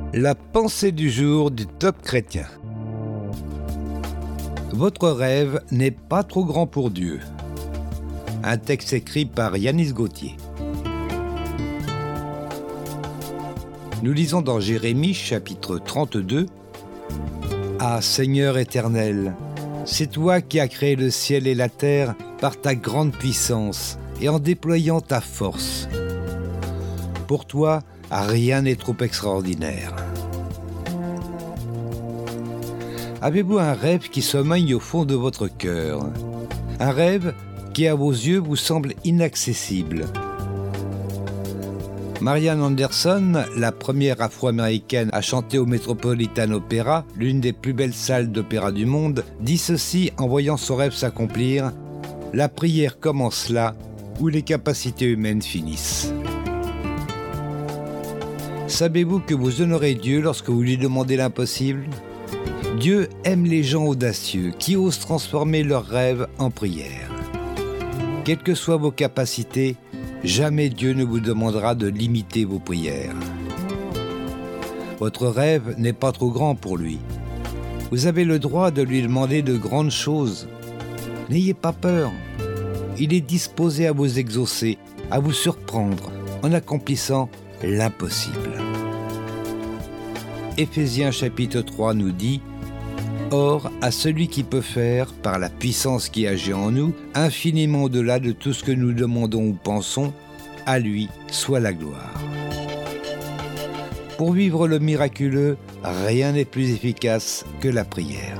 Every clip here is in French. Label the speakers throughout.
Speaker 1: La pensée du jour du Top Chrétien. Votre rêve n'est pas trop grand pour Dieu. Un texte écrit par Yanis Gauthier. Nous lisons dans Jérémie chapitre 32. Ah Seigneur éternel, c'est toi qui as créé le ciel et la terre par ta grande puissance et en déployant ta force. Pour toi, rien n'est trop extraordinaire. Avez-vous un rêve qui sommeille au fond de votre cœur? Un rêve qui, à vos yeux, vous semble inaccessible. Marian Anderson, la première afro-américaine à chanter au Metropolitan Opera, l'une des plus belles salles d'opéra du monde, dit ceci en voyant son rêve s'accomplir: « La prière commence là où les capacités humaines finissent. » Savez-vous que vous honorez Dieu lorsque vous lui demandez l'impossible? Dieu aime les gens audacieux qui osent transformer leurs rêves en prière. Quelles que soient vos capacités, jamais Dieu ne vous demandera de limiter vos prières. Votre rêve n'est pas trop grand pour lui. Vous avez le droit de lui demander de grandes choses. N'ayez pas peur. Il est disposé à vous exaucer, à vous surprendre en accomplissant l'impossible. Éphésiens chapitre 3 nous dit: « Or, à celui qui peut faire, par la puissance qui agit en nous, infiniment au-delà de tout ce que nous demandons ou pensons, à lui soit la gloire. » Pour vivre le miraculeux, rien n'est plus efficace que la prière.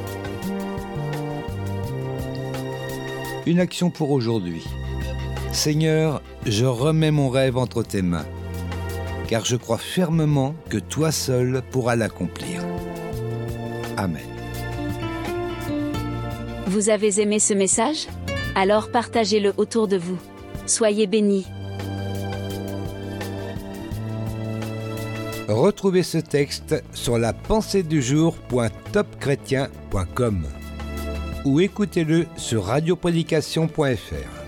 Speaker 1: Une action pour aujourd'hui. Seigneur, je remets mon rêve entre tes mains, car je crois fermement que toi seul pourras l'accomplir. Amen.
Speaker 2: Vous avez aimé ce message? Alors partagez-le autour de vous. Soyez bénis.
Speaker 1: Retrouvez ce texte sur lapenseedujour.topchrétien.com ou écoutez-le sur radioprédication.fr.